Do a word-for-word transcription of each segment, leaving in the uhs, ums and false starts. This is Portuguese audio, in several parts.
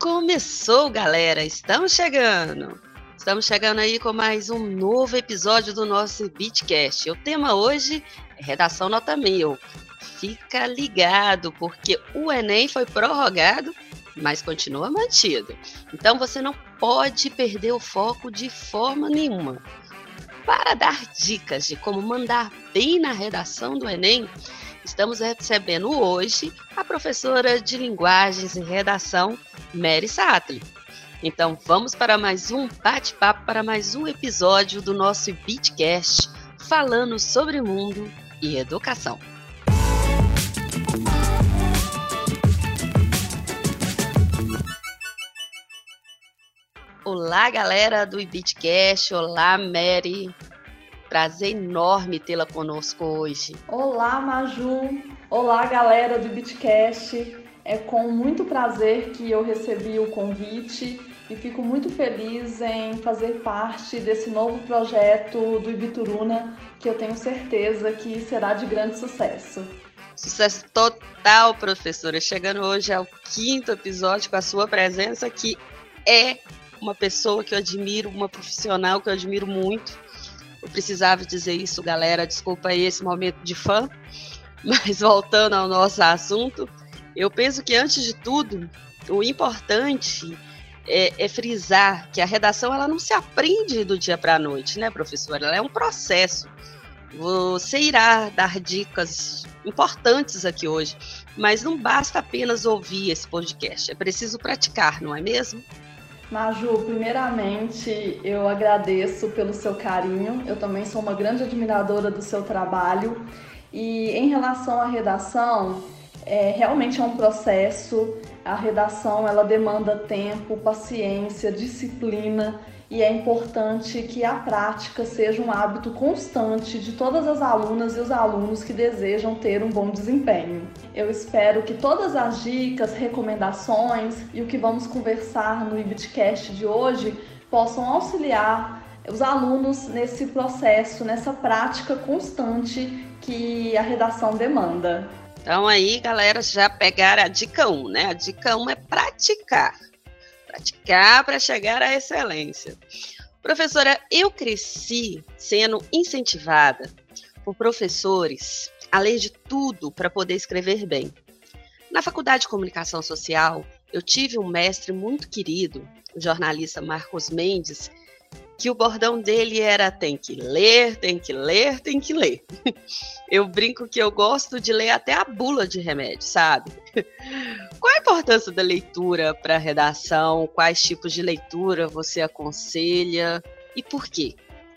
Começou, galera! Estamos chegando! Estamos chegando aí com mais um novo episódio do nosso Beatcast. O tema hoje é Redação Nota Mil. Fica ligado, porque o Enem foi prorrogado, mas continua mantido. Então você não pode perder o foco de forma nenhuma. Para dar dicas de como mandar bem na redação do Enem, estamos recebendo hoje a professora de Linguagens e Redação, Mary Sattli. Então vamos para mais um bate-papo, para mais um episódio do nosso Beatcast, falando sobre mundo e educação. Olá, galera do Beatcast, olá, Mary. Prazer enorme tê-la conosco hoje. Olá, Maju. Olá, galera do Beatcast. É com muito prazer que eu recebi o convite e fico muito feliz em fazer parte desse novo projeto do Ibituruna, que eu tenho certeza que será de grande sucesso. Sucesso total, professora. Chegando hoje ao quinto episódio com a sua presença, que é uma pessoa que eu admiro, uma profissional que eu admiro muito. Eu precisava dizer isso, galera, desculpa aí esse momento de fã, mas voltando ao nosso assunto, eu penso que antes de tudo, o importante é, é frisar que a redação ela não se aprende do dia para a noite, né, professora? Ela é um processo. Você irá dar dicas importantes aqui hoje, mas não basta apenas ouvir esse podcast, é preciso praticar, não é mesmo? Maju, primeiramente eu agradeço pelo seu carinho, eu também sou uma grande admiradora do seu trabalho e em relação à redação, é, realmente é um processo, a redação ela demanda tempo, paciência, disciplina e é importante que a prática seja um hábito constante de todas as alunas e os alunos que desejam ter um bom desempenho. Eu espero que todas as dicas, recomendações e o que vamos conversar no Ibitcast de hoje possam auxiliar os alunos nesse processo, nessa prática constante que a redação demanda. Então aí, galera, já pegaram a dica um, né? A dica um é praticar. Praticar para chegar à excelência. Professora, eu cresci sendo incentivada por professores, além de tudo, para poder escrever bem. Na Faculdade de Comunicação Social, eu tive um mestre muito querido, o jornalista Marcos Mendes, que o bordão dele era tem que ler, tem que ler, tem que ler. Eu brinco que eu gosto de ler até a bula de remédio, sabe? Qual a importância da leitura para a redação? Quais tipos de leitura você aconselha e por quê?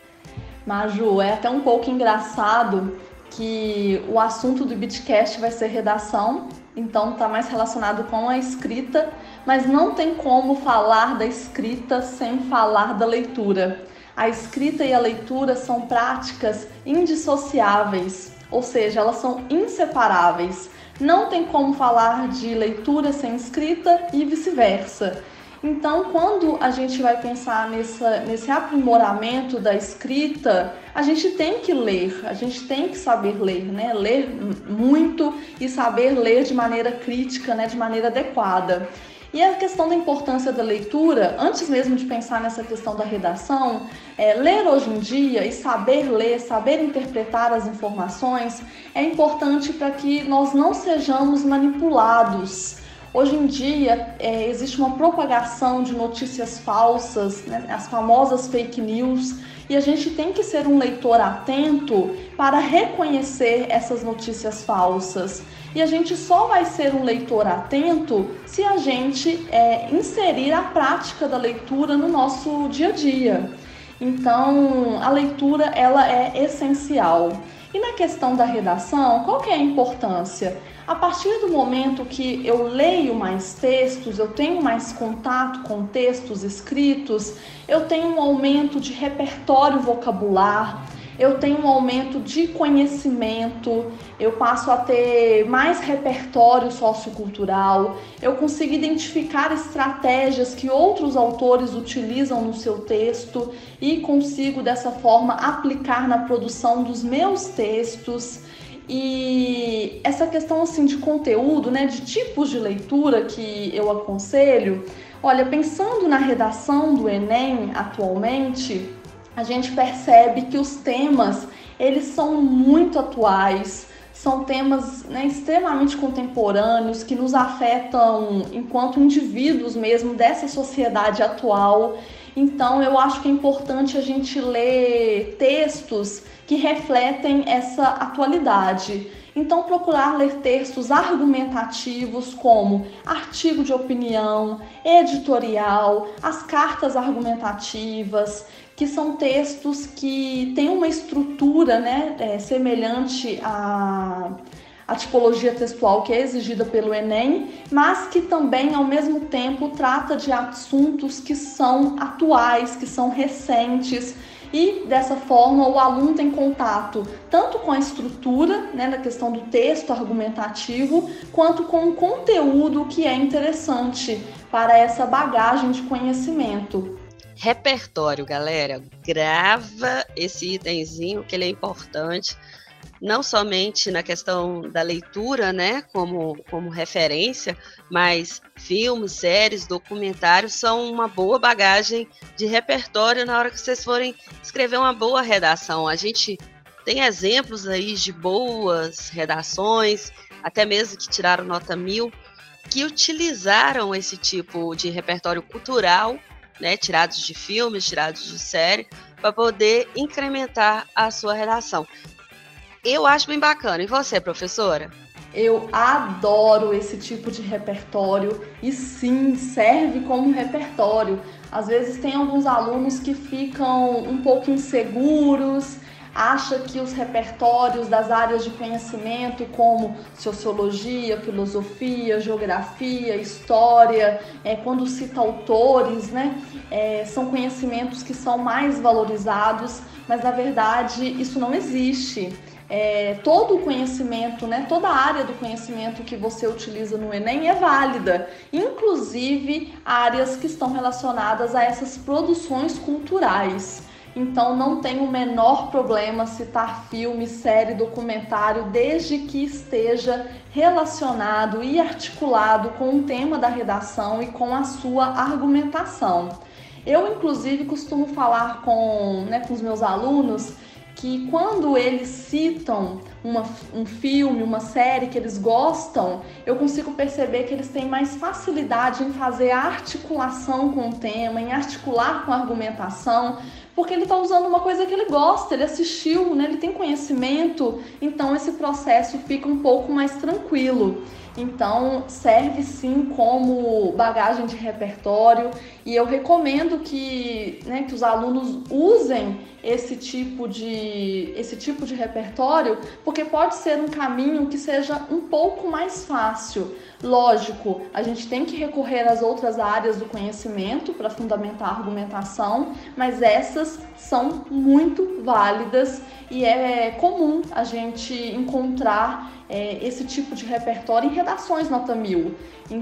Maju, é até um pouco engraçado que o assunto do Beatcast vai ser redação, então está mais relacionado com a escrita, mas não tem como falar da escrita sem falar da leitura. A escrita e a leitura são práticas indissociáveis, ou seja, elas são inseparáveis. Não tem como falar de leitura sem escrita e vice-versa. Então, quando a gente vai pensar nessa, nesse aprimoramento da escrita, a gente tem que ler, a gente tem que saber ler, né? Ler muito e saber ler de maneira crítica, né? De maneira adequada. E a questão da importância da leitura, antes mesmo de pensar nessa questão da redação, é, ler hoje em dia e saber ler, saber interpretar as informações é importante para que nós não sejamos manipulados. Hoje em dia é, existe uma propagação de notícias falsas, né, as famosas fake news, e a gente tem que ser um leitor atento para reconhecer essas notícias falsas. E a gente só vai ser um leitor atento se a gente é, inserir a prática da leitura no nosso dia a dia. Então, a leitura ela é essencial. E na questão da redação, qual que é a importância? A partir do momento que eu leio mais textos, eu tenho mais contato com textos escritos, eu tenho um aumento de repertório vocabular, eu tenho um aumento de conhecimento, eu passo a ter mais repertório sociocultural, eu consigo identificar estratégias que outros autores utilizam no seu texto e consigo dessa forma aplicar na produção dos meus textos. E essa questão assim de conteúdo, né, de tipos de leitura que eu aconselho, olha, pensando na redação do Enem atualmente, a gente percebe que os temas, eles são muito atuais, são temas, né, extremamente contemporâneos, que nos afetam enquanto indivíduos mesmo dessa sociedade atual. Então, eu acho que é importante a gente ler textos que refletem essa atualidade. Então, procurar ler textos argumentativos como artigo de opinião, editorial, as cartas argumentativas, que são textos que têm uma estrutura, né, é, semelhante à, à tipologia textual que é exigida pelo Enem, mas que também, ao mesmo tempo, trata de assuntos que são atuais, que são recentes. E, dessa forma, o aluno tem contato tanto com a estrutura, né, na questão do texto argumentativo, quanto com o conteúdo que é interessante para essa bagagem de conhecimento. Repertório, galera. Grava esse itemzinho, que ele é importante, não somente na questão da leitura, né, como, como referência, mas filmes, séries, documentários são uma boa bagagem de repertório na hora que vocês forem escrever uma boa redação. A gente tem exemplos aí de boas redações, até mesmo que tiraram nota mil, que utilizaram esse tipo de repertório cultural, né, tirados de filmes, tirados de série, para poder incrementar a sua redação. Eu acho bem bacana. E você, professora? Eu adoro esse tipo de repertório e sim, serve como repertório. Às vezes tem alguns alunos que ficam um pouco inseguros, acha que os repertórios das áreas de conhecimento como sociologia, filosofia, geografia, história, é, quando cita autores, né, é, são conhecimentos que são mais valorizados, mas na verdade isso não existe. É, todo o conhecimento, né, toda a área do conhecimento que você utiliza no Enem é válida, inclusive áreas que estão relacionadas a essas produções culturais. Então não tem o menor problema citar filme, série, documentário, desde que esteja relacionado e articulado com o tema da redação e com a sua argumentação. Eu, inclusive, costumo falar com, né, com os meus alunos que quando eles citam uma, um filme, uma série que eles gostam, eu consigo perceber que eles têm mais facilidade em fazer a articulação com o tema, em articular com a argumentação, porque ele está usando uma coisa que ele gosta, ele assistiu, né? Ele tem conhecimento, então esse processo fica um pouco mais tranquilo. Então serve sim como bagagem de repertório e eu recomendo que, né, que os alunos usem esse tipo de, esse tipo de repertório, porque pode ser um caminho que seja um pouco mais fácil. Lógico, a gente tem que recorrer às outras áreas do conhecimento para fundamentar a argumentação, mas essas são muito válidas e é comum a gente encontrar é, esse tipo de repertório em redações nota mil.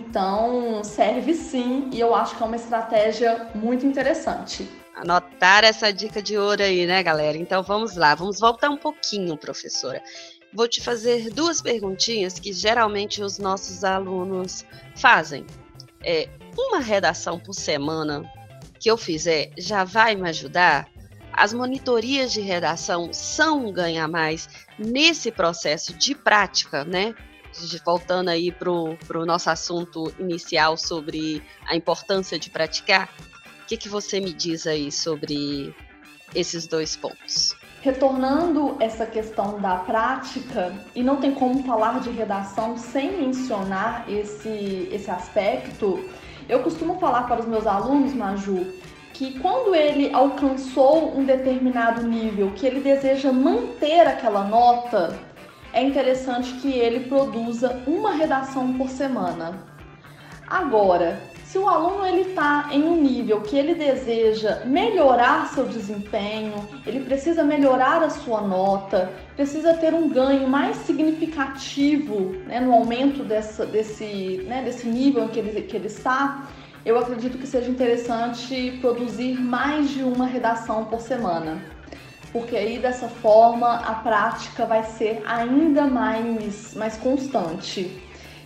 Então serve sim e eu acho que é uma estratégia muito interessante. Anotar essa dica de ouro aí, né, galera? Então vamos lá, vamos voltar um pouquinho, professora. Vou te fazer duas perguntinhas que geralmente os nossos alunos fazem. É, uma redação por semana que eu fizer já vai me ajudar? As monitorias de redação são um ganha mais nesse processo de prática, né? Voltando aí para o nosso assunto inicial sobre a importância de praticar. O que, que você me diz aí sobre esses dois pontos? Retornando essa questão da prática, e não tem como falar de redação sem mencionar esse, esse aspecto, eu costumo falar para os meus alunos, Maju, que quando ele alcançou um determinado nível, que ele deseja manter aquela nota, é interessante que ele produza uma redação por semana. Agora, se o aluno está em um nível que ele deseja melhorar seu desempenho, ele precisa melhorar a sua nota, precisa ter um ganho mais significativo, né, no aumento dessa, desse, né, desse nível em que ele, que ele está, eu acredito que seja interessante produzir mais de uma redação por semana. porque aí dessa forma a prática vai ser ainda mais, mais constante.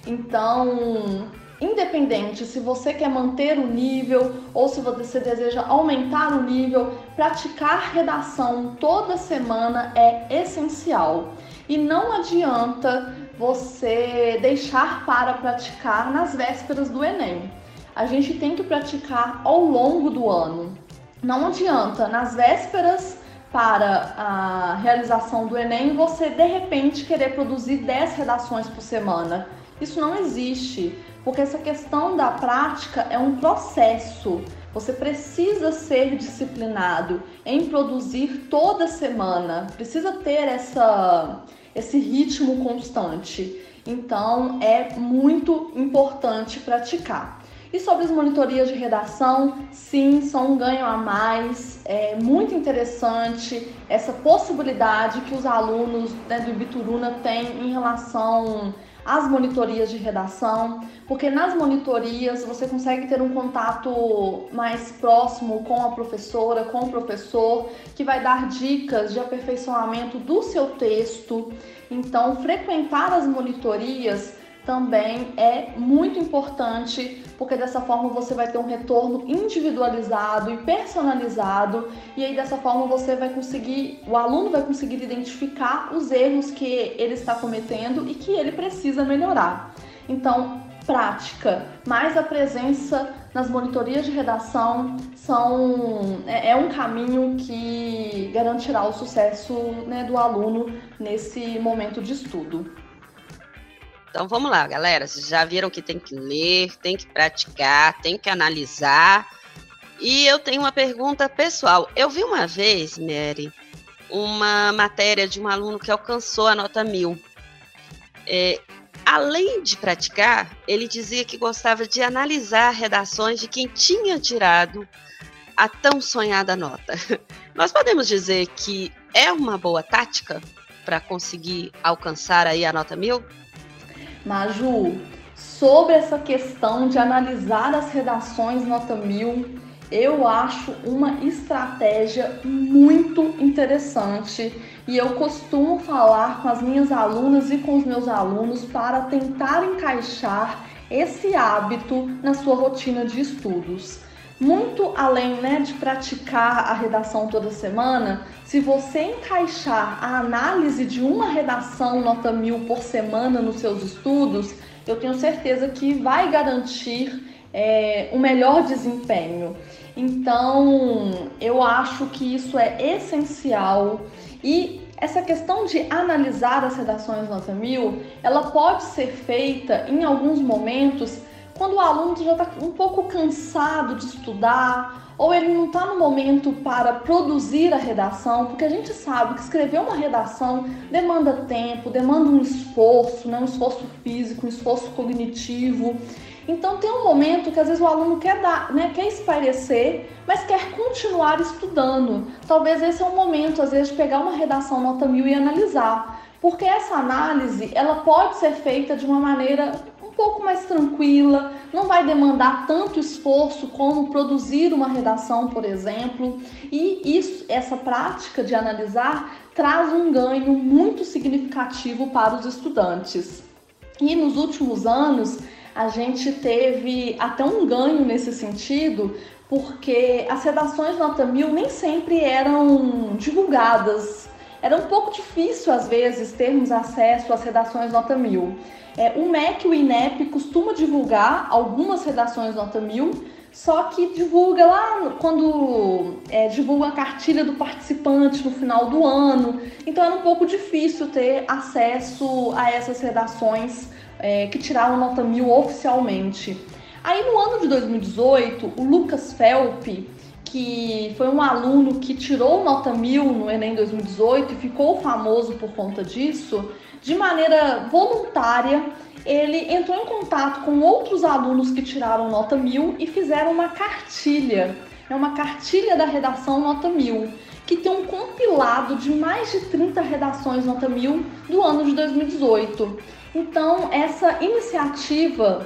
Então, independente se você quer manter o nível ou se você deseja aumentar o nível, praticar redação toda semana é essencial. E não adianta você deixar para praticar nas vésperas do Enem. A gente tem que praticar ao longo do ano. Não adianta nas vésperas para a realização do Enem você de repente querer produzir dez redações por semana. Isso não existe, porque essa questão da prática é um processo. Você precisa ser disciplinado em produzir toda semana, precisa ter essa, esse ritmo constante. Então, é muito importante praticar. E sobre as monitorias de redação, sim, são um ganho a mais. É muito interessante essa possibilidade que os alunos, né, do Ibituruna têm em relação às monitorias de redação, porque nas monitorias você consegue ter um contato mais próximo com a professora, com o professor, que vai dar dicas de aperfeiçoamento do seu texto. Então, frequentar as monitorias também é muito importante, porque dessa forma você vai ter um retorno individualizado e personalizado, e aí dessa forma você vai conseguir, o aluno vai conseguir identificar os erros que ele está cometendo e que ele precisa melhorar. Então, prática, mais a presença nas monitorias de redação são, é, é um caminho que garantirá o sucesso, né, do aluno nesse momento de estudo. Então vamos lá, galera. Vocês já viram que tem que ler, tem que praticar, tem que analisar. E eu tenho uma pergunta pessoal. Eu vi uma vez, Mary, uma matéria de um aluno que alcançou a nota mil. É, além de praticar, ele dizia que gostava de analisar redações de quem tinha tirado a tão sonhada nota. Nós podemos dizer que é uma boa tática para conseguir alcançar aí a nota mil? Maju, sobre essa questão de analisar as redações nota mil, eu acho uma estratégia muito interessante e eu costumo falar com as minhas alunas e com os meus alunos para tentar encaixar esse hábito na sua rotina de estudos. Muito além, né, de praticar a redação toda semana, se você encaixar a análise de uma redação nota mil por semana nos seus estudos, eu tenho certeza que vai garantir é, um melhor desempenho. Então, eu acho que isso é essencial e essa questão de analisar as redações nota mil, ela pode ser feita em alguns momentos quando o aluno já está um pouco cansado de estudar ou ele não está no momento para produzir a redação, porque a gente sabe que escrever uma redação demanda tempo, demanda um esforço, né? Um esforço físico, um esforço cognitivo. Então tem um momento que às vezes o aluno quer dar, né, quer espairecer, mas quer continuar estudando. Talvez esse é um momento, às vezes, de pegar uma redação nota mil e analisar, porque essa análise ela pode ser feita de uma maneira um pouco mais tranquila, não vai demandar tanto esforço como produzir uma redação, por exemplo, e isso, essa prática de analisar traz um ganho muito significativo para os estudantes. E nos últimos anos, a gente teve até um ganho nesse sentido, porque as redações nota mil nem sempre eram divulgadas. Era um pouco difícil, às vezes, termos acesso às redações nota mil. É, o M E C e o INEP costuma divulgar algumas redações nota mil, só que divulga lá quando é, divulga a cartilha do participante no final do ano. Então era um pouco difícil ter acesso a essas redações é, que tiraram nota mil oficialmente. Aí no ano de dois mil e dezoito, o Lucas Felpe, que foi um aluno que tirou nota mil no Enem dois mil e dezoito e ficou famoso por conta disso, de maneira voluntária, ele entrou em contato com outros alunos que tiraram nota mil e fizeram uma cartilha, uma cartilha da redação nota mil, que tem um compilado de mais de trinta redações nota mil do ano de dois mil e dezoito. Então, essa iniciativa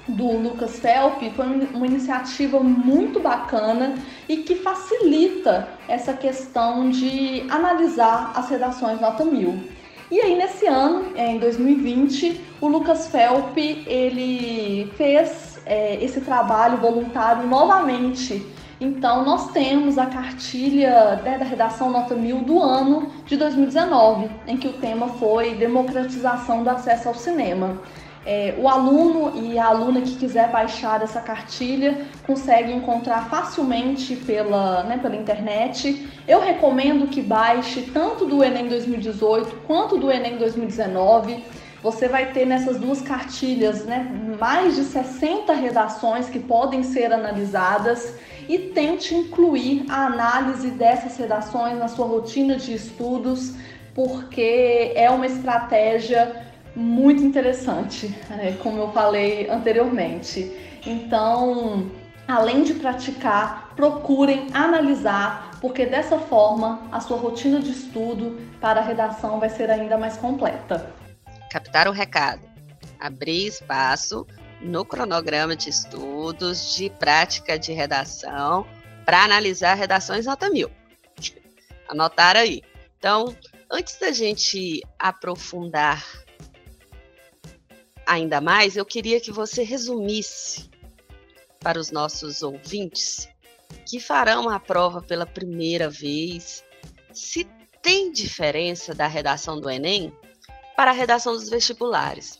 do Lucas Felp foi uma iniciativa muito bacana e que facilita essa questão de analisar as redações nota mil. E aí, nesse ano, em dois mil e vinte, o Lucas Felp ele fez é, esse trabalho voluntário novamente. Então, nós temos a cartilha, né, da redação nota mil do ano de dois mil e dezenove, em que o tema foi democratização do acesso ao cinema. É, o aluno e a aluna que quiser baixar essa cartilha consegue encontrar facilmente pela, né, pela internet. Eu recomendo que baixe tanto do Enem dois mil e dezoito quanto do Enem dois mil e dezenove. Você vai ter nessas duas cartilhas, né, mais de sessenta redações que podem ser analisadas, e tente incluir a análise dessas redações na sua rotina de estudos, porque é uma estratégia muito interessante, né, como eu falei anteriormente. Então, além de praticar, procurem analisar, porque dessa forma a sua rotina de estudo para a redação vai ser ainda mais completa. Captar o recado, abrir espaço no cronograma de estudos, de prática de redação, para analisar redações nota mil. Anotaram aí. Então, antes da gente aprofundar ainda mais, eu queria que você resumisse para os nossos ouvintes que farão a prova pela primeira vez, se tem diferença da redação do Enem para a redação dos vestibulares.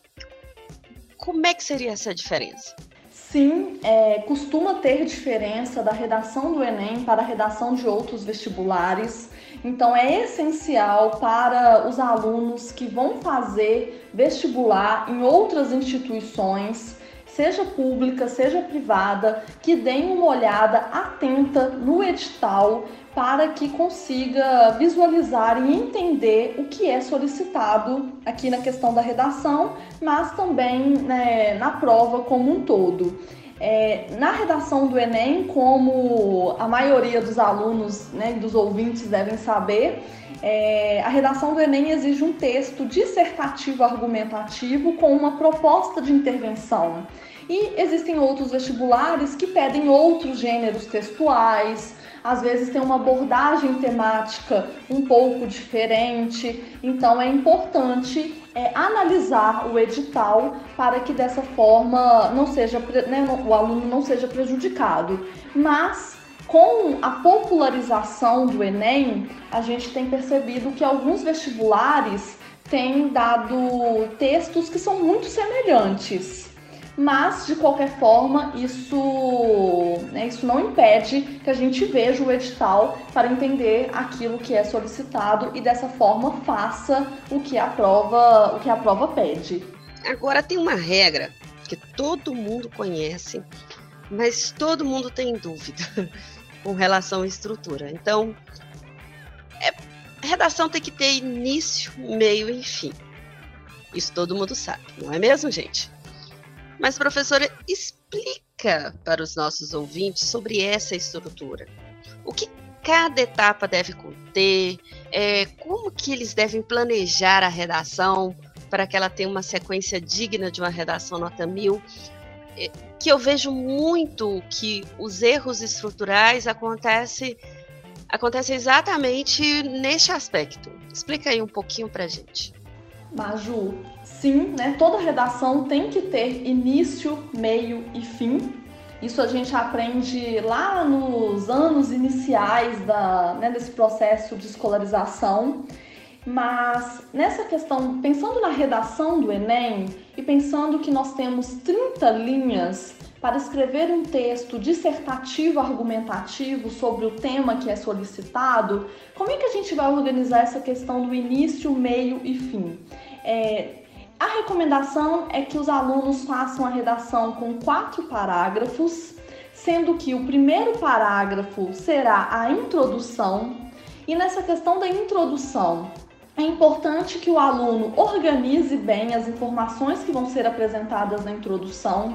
Como é que seria essa diferença? Sim, é, costuma ter diferença da redação do Enem para a redação de outros vestibulares. Então, é essencial para os alunos que vão fazer vestibular em outras instituições, seja pública, seja privada, que deem uma olhada atenta no edital para que consiga visualizar e entender o que é solicitado aqui na questão da redação, mas também, né, na prova como um todo. É, na redação do Enem, como a maioria dos alunos, né, dos ouvintes devem saber, é, a redação do Enem exige um texto dissertativo argumentativo com uma proposta de intervenção. E existem outros vestibulares que pedem outros gêneros textuais, às vezes tem uma abordagem temática um pouco diferente, então é importante é, analisar o edital para que dessa forma não seja, né, o aluno não seja prejudicado. Mas com a popularização do Enem, a gente tem percebido que alguns vestibulares têm dado textos que são muito semelhantes. Mas, de qualquer forma, isso, né, isso não impede que a gente veja o edital para entender aquilo que é solicitado e, dessa forma, faça o que a prova, o que a prova pede. Agora, tem uma regra que todo mundo conhece, mas todo mundo tem dúvida com relação à estrutura. Então, é, a redação tem que ter início, meio e fim. Isso todo mundo sabe, não é mesmo, gente? Mas, professora, explica para os nossos ouvintes sobre essa estrutura. O que cada etapa deve conter, é, como que eles devem planejar a redação para que ela tenha uma sequência digna de uma redação nota mil, é, que eu vejo muito que os erros estruturais acontecem, acontecem exatamente neste aspecto. Explica aí um pouquinho para a gente. Maju, sim, né? Toda redação tem que ter início, meio e fim. Isso a gente aprende lá nos anos iniciais da, né, desse processo de escolarização. Mas nessa questão, pensando na redação do Enem e pensando que nós temos trinta linhas para escrever um texto dissertativo argumentativo sobre o tema que é solicitado, como é que a gente vai organizar essa questão do início, meio e fim? É, a recomendação é que os alunos façam a redação com quatro parágrafos, sendo que o primeiro parágrafo será a introdução, e nessa questão da introdução, é importante que o aluno organize bem as informações que vão ser apresentadas na introdução.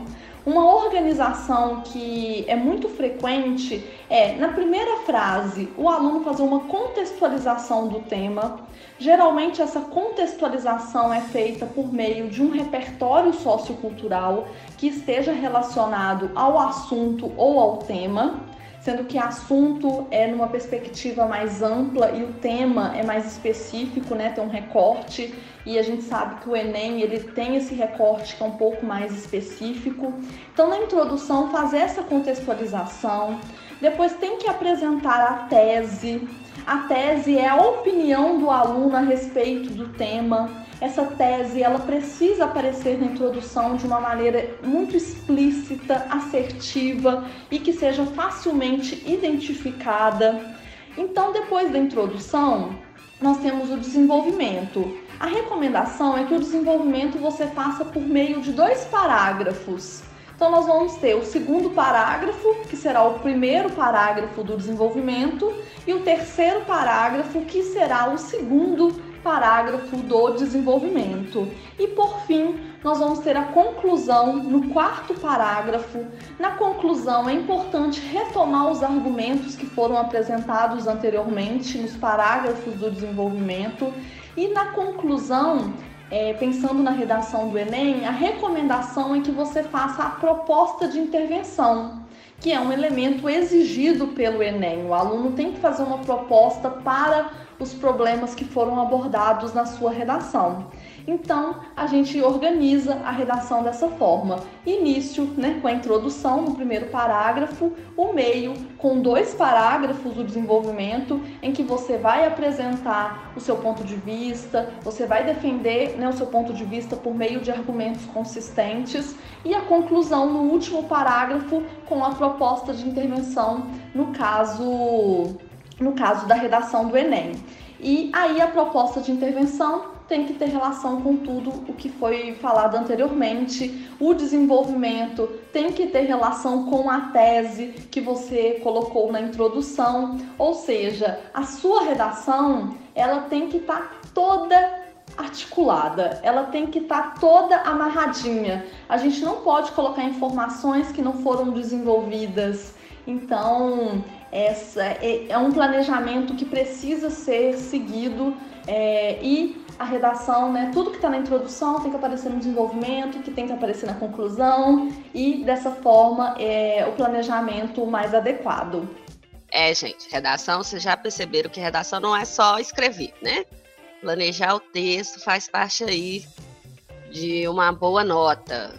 Uma organização que é muito frequente é, na primeira frase, o aluno fazer uma contextualização do tema. Geralmente essa contextualização é feita por meio de um repertório sociocultural que esteja relacionado ao assunto ou ao tema, sendo que assunto é numa perspectiva mais ampla e o tema é mais específico, né? Tem um recorte, e a gente sabe que o Enem ele tem esse recorte que é um pouco mais específico. Então, na introdução, fazer essa contextualização. Depois tem que apresentar a tese. A tese é a opinião do aluno a respeito do tema. Essa tese ela precisa aparecer na introdução de uma maneira muito explícita, assertiva e que seja facilmente identificada. Então, depois da introdução, nós temos o desenvolvimento. A recomendação é que o desenvolvimento você faça por meio de dois parágrafos. Então, nós vamos ter o segundo parágrafo, que será o primeiro parágrafo do desenvolvimento, e o terceiro parágrafo, que será o segundo parágrafo do desenvolvimento. E, por fim, nós vamos ter a conclusão no quarto parágrafo. Na conclusão, é importante retomar os argumentos que foram apresentados anteriormente nos parágrafos do desenvolvimento. E, na conclusão, É, pensando na redação do Enem, a recomendação é que você faça a proposta de intervenção, que é um elemento exigido pelo Enem. O aluno tem que fazer uma proposta para os problemas que foram abordados na sua redação. Então, a gente organiza a redação dessa forma. Início, né, com a introdução no primeiro parágrafo, o meio com dois parágrafos do desenvolvimento, em que você vai apresentar o seu ponto de vista, você vai defender, né, o seu ponto de vista por meio de argumentos consistentes, e a conclusão no último parágrafo com a proposta de intervenção no caso, no caso da redação do Enem. E aí a proposta de intervenção tem que ter relação com tudo o que foi falado anteriormente. O desenvolvimento tem que ter relação com a tese que você colocou na introdução, ou seja, a sua redação ela tem que estar toda articulada, ela tem que estar toda amarradinha. A gente não pode colocar informações que não foram desenvolvidas. Então, essa é, é um planejamento que precisa ser seguido é, e a redação, né, tudo que está na introdução tem que aparecer no desenvolvimento, que tem que aparecer na conclusão e, dessa forma, é o planejamento mais adequado. É, gente, redação, vocês já perceberam que redação não é só escrever, né? Planejar o texto faz parte aí de uma boa nota.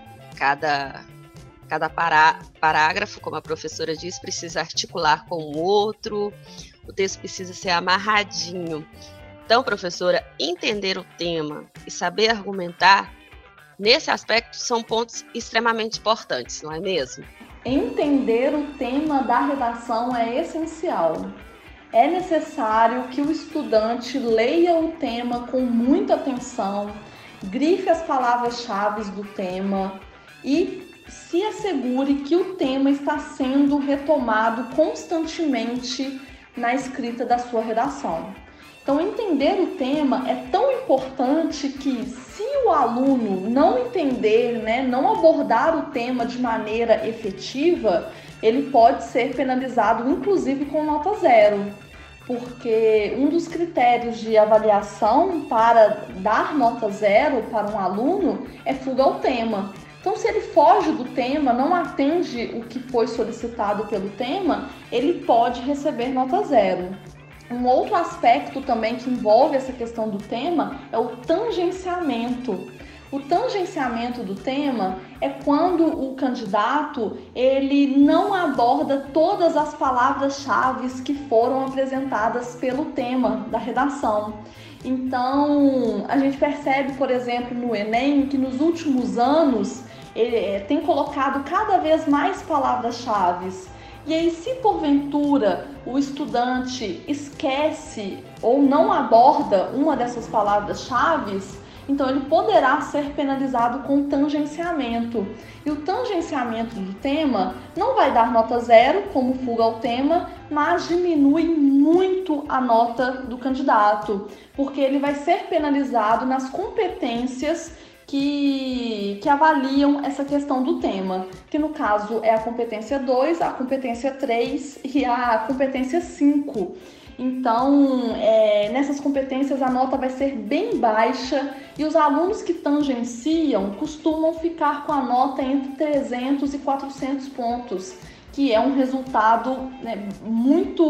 Cada, cada pará, parágrafo, como a professora disse, precisa articular com o outro, o texto precisa ser amarradinho. Então, professora, entender o tema e saber argumentar, nesse aspecto, são pontos extremamente importantes, não é mesmo? Entender o tema da redação é essencial. É necessário que o estudante leia o tema com muita atenção, grife as palavras-chave do tema e se assegure que o tema está sendo retomado constantemente na escrita da sua redação. Então, entender o tema é tão importante que, se o aluno não entender, né, não abordar o tema de maneira efetiva, ele pode ser penalizado, inclusive com nota zero, porque um dos critérios de avaliação para dar nota zero para um aluno é fuga ao tema. Então, se ele foge do tema, não atende o que foi solicitado pelo tema, ele pode receber nota zero. Um outro aspecto também que envolve essa questão do tema é o tangenciamento. O tangenciamento do tema é quando o candidato ele não aborda todas as palavras-chave que foram apresentadas pelo tema da redação. Então, a gente percebe, por exemplo, no Enem, que nos últimos anos ele tem colocado cada vez mais palavras-chave. E aí, se porventura o estudante esquece ou não aborda uma dessas palavras-chave, então ele poderá ser penalizado com tangenciamento. E o tangenciamento do tema não vai dar nota zero, como fuga ao tema, mas diminui muito a nota do candidato, porque ele vai ser penalizado nas competências que, que avaliam essa questão do tema, que no caso é a competência dois, a competência três e a competência cinco. Então, é, nessas competências a nota vai ser bem baixa e os alunos que tangenciam costumam ficar com a nota entre trezentos e quatrocentos pontos, que é um resultado, né, muito...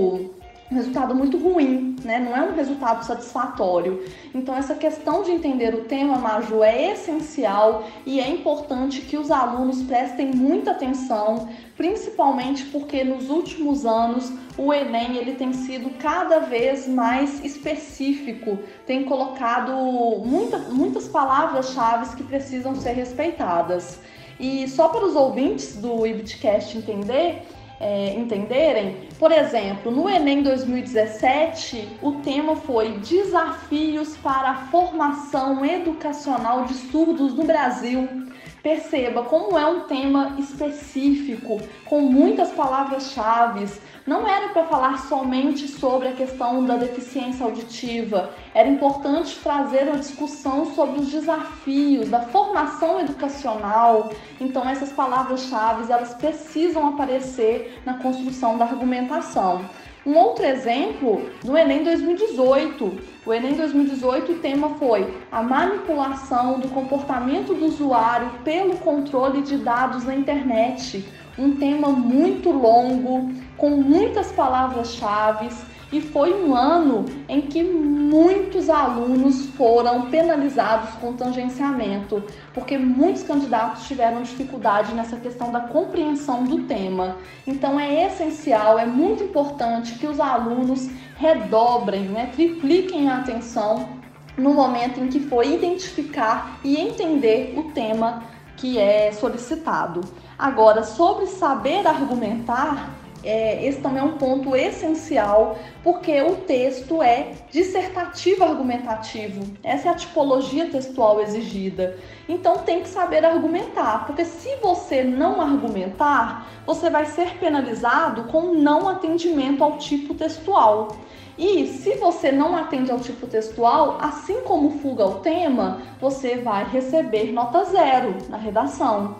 um resultado muito ruim, né? Não é um resultado satisfatório. Então, essa questão de entender o tema, Maju, é essencial e é importante que os alunos prestem muita atenção, principalmente porque nos últimos anos o Enem ele tem sido cada vez mais específico, tem colocado muita, muitas palavras-chave que precisam ser respeitadas. E só para os ouvintes do IBITCast entender, É, entenderem, por exemplo, no Enem dois mil e dezessete, o tema foi Desafios para a Formação Educacional de Surdos no Brasil. Perceba como é um tema específico, com muitas palavras-chave. Não era para falar somente sobre a questão da deficiência auditiva, era importante trazer uma discussão sobre os desafios da formação educacional. Então, essas palavras-chave, elas precisam aparecer na construção da argumentação. Um outro exemplo, no Enem dois mil e dezoito. O Enem dois mil e dezoito, o tema foi a manipulação do comportamento do usuário pelo controle de dados na internet. Um tema muito longo, com muitas palavras-chave, e foi um ano em que muitos alunos foram penalizados com tangenciamento, porque muitos candidatos tiveram dificuldade nessa questão da compreensão do tema. Então é essencial, é muito importante que os alunos redobrem, né, tripliquem a atenção no momento em que for identificar e entender o tema que é solicitado. Agora, sobre saber argumentar, É, esse também é um ponto essencial, porque o texto é dissertativo argumentativo. Essa é a tipologia textual exigida. Então tem que saber argumentar, porque se você não argumentar, você vai ser penalizado com não atendimento ao tipo textual. E se você não atende ao tipo textual, assim como fuga ao tema, você vai receber nota zero na redação.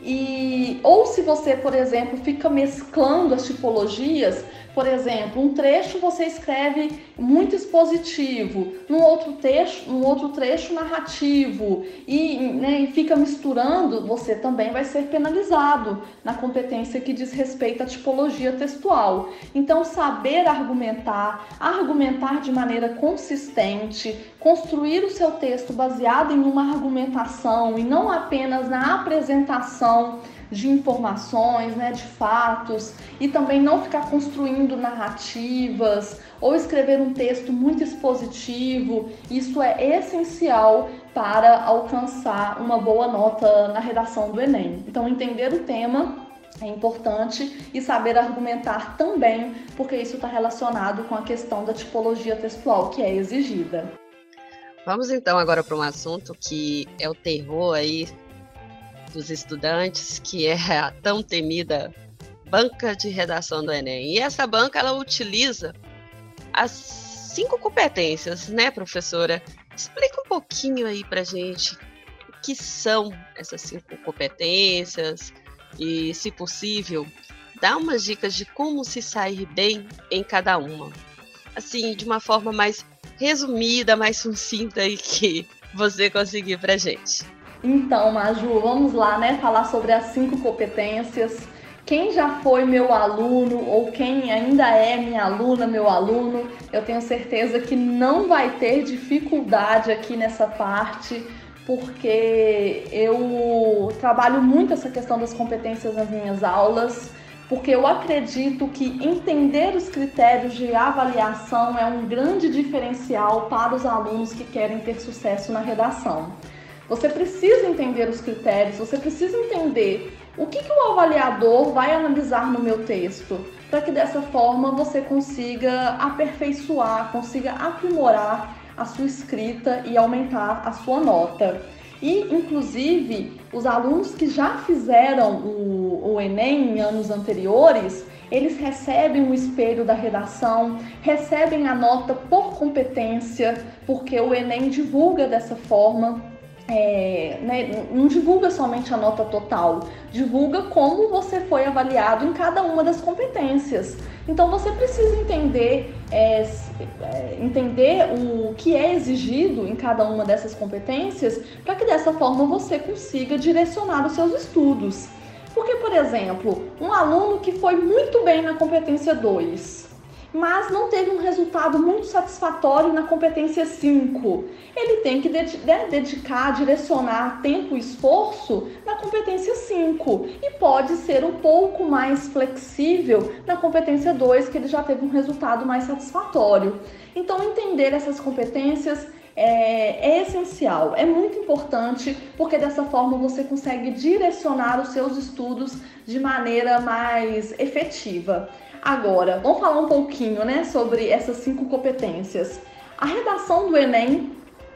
E, ou se você, por exemplo, fica mesclando as tipologias, por exemplo, um trecho você escreve muito expositivo, num outro trecho, num outro trecho narrativo, e, né, e fica misturando, você também vai ser penalizado na competência que diz respeito à tipologia textual. Então, saber argumentar, argumentar de maneira consistente, construir o seu texto baseado em uma argumentação e não apenas na apresentação de informações, né, de fatos, e também não ficar construindo narrativas ou escrever um texto muito expositivo. Isso é essencial para alcançar uma boa nota na redação do Enem. Então, entender o tema é importante e saber argumentar também, porque isso está relacionado com a questão da tipologia textual que é exigida. Vamos então agora para um assunto que é o terror aí dos estudantes, que é a tão temida banca de redação do Enem. E essa banca, ela utiliza as cinco competências, né, professora? Explica um pouquinho aí pra gente o que são essas cinco competências e, se possível, dá umas dicas de como se sair bem em cada uma. Assim, de uma forma mais resumida, mais sucinta aí que você conseguir pra gente. Então, Maju, vamos lá, né, falar sobre as cinco competências. Quem já foi meu aluno ou quem ainda é minha aluna, meu aluno, eu tenho certeza que não vai ter dificuldade aqui nessa parte, porque eu trabalho muito essa questão das competências nas minhas aulas, porque eu acredito que entender os critérios de avaliação é um grande diferencial para os alunos que querem ter sucesso na redação. Você precisa entender os critérios, você precisa entender o que, que o avaliador vai analisar no meu texto, para que dessa forma você consiga aperfeiçoar, consiga aprimorar a sua escrita e aumentar a sua nota. E, inclusive, os alunos que já fizeram o, o Enem em anos anteriores, eles recebem o espelho da redação, recebem a nota por competência, porque o Enem divulga dessa forma. É, né, não divulga somente a nota total, divulga como você foi avaliado em cada uma das competências. Então você precisa entender, é, entender o que é exigido em cada uma dessas competências, para que dessa forma você consiga direcionar os seus estudos. Porque, por exemplo, um aluno que foi muito bem na competência dois, mas não teve um resultado muito satisfatório na competência cinco. Ele tem que dedicar, direcionar tempo e esforço na competência cinco e pode ser um pouco mais flexível na competência dois, que ele já teve um resultado mais satisfatório. Então, entender essas competências é, é essencial, é muito importante, porque dessa forma você consegue direcionar os seus estudos de maneira mais efetiva. Agora, vamos falar um pouquinho, né, sobre essas cinco competências. A redação do Enem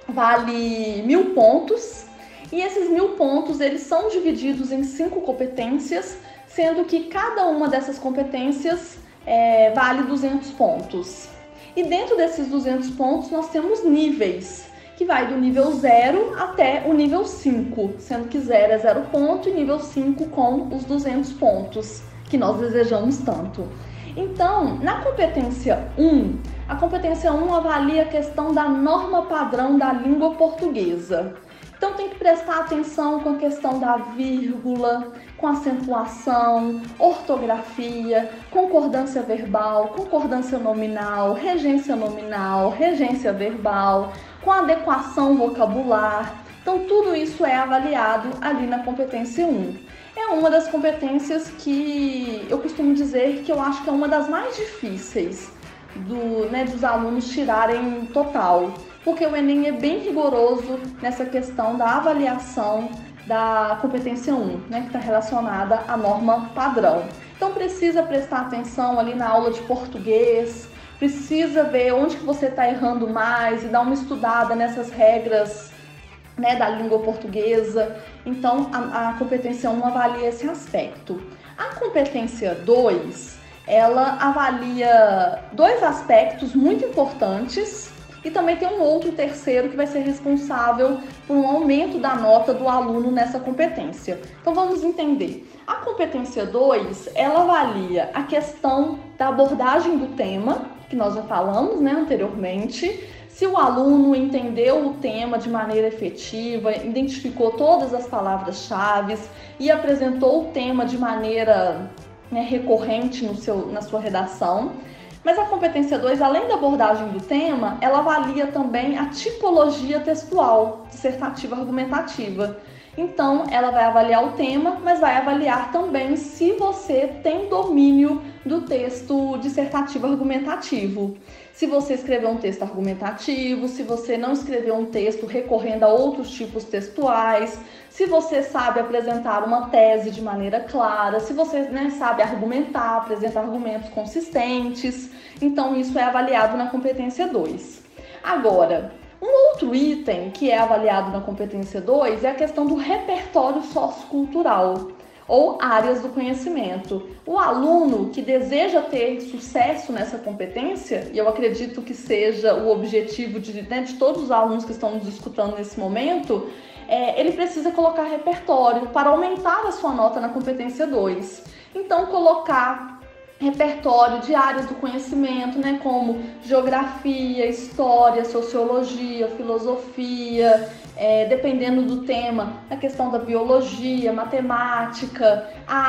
vale mil pontos e esses mil pontos eles são divididos em cinco competências, sendo que cada uma dessas competências é, vale duzentos pontos. E dentro desses duzentos pontos nós temos níveis, que vai do nível zero até o nível cinco, sendo que zero é zero ponto e nível cinco com os duzentos pontos que nós desejamos tanto. Então, na competência um, a competência um avalia a questão da norma padrão da língua portuguesa. Então, tem que prestar atenção com a questão da vírgula, com acentuação, ortografia, concordância verbal, concordância nominal, regência nominal, regência verbal, com adequação vocabular. Então, tudo isso é avaliado ali na competência um. É uma das competências que eu costumo dizer que eu acho que é uma das mais difíceis do, né, dos alunos tirarem total, porque o Enem é bem rigoroso nessa questão da avaliação da competência um, né, que está relacionada à norma padrão. Então precisa prestar atenção ali na aula de português, precisa ver onde que você está errando mais e dar uma estudada nessas regras, né, da língua portuguesa. Então, a, a competência um avalia esse aspecto. A competência dois, ela avalia dois aspectos muito importantes e também tem um outro terceiro que vai ser responsável por um aumento da nota do aluno nessa competência. Então, vamos entender. A competência dois, ela avalia a questão da abordagem do tema, que nós já falamos, né, anteriormente. Se o aluno entendeu o tema de maneira efetiva, identificou todas as palavras-chave e apresentou o tema de maneira, né, recorrente no seu, na sua redação. Mas a competência dois, além da abordagem do tema, ela avalia também a tipologia textual, dissertativa argumentativa. Então, ela vai avaliar o tema, mas vai avaliar também se você tem domínio do texto dissertativo argumentativo. Se você escreveu um texto argumentativo, se você não escreveu um texto recorrendo a outros tipos textuais, se você sabe apresentar uma tese de maneira clara, se você, né, sabe argumentar, apresentar argumentos consistentes. Então, isso é avaliado na competência dois. Agora, um outro item que é avaliado na competência dois é a questão do repertório sociocultural, ou áreas do conhecimento. O aluno que deseja ter sucesso nessa competência, e eu acredito que seja o objetivo de, né, de todos os alunos que estão nos escutando nesse momento, é, ele precisa colocar repertório para aumentar a sua nota na competência dois. Então, colocar repertório de áreas do conhecimento, né, como geografia, história, sociologia, filosofia, é, dependendo do tema, a questão da biologia, matemática,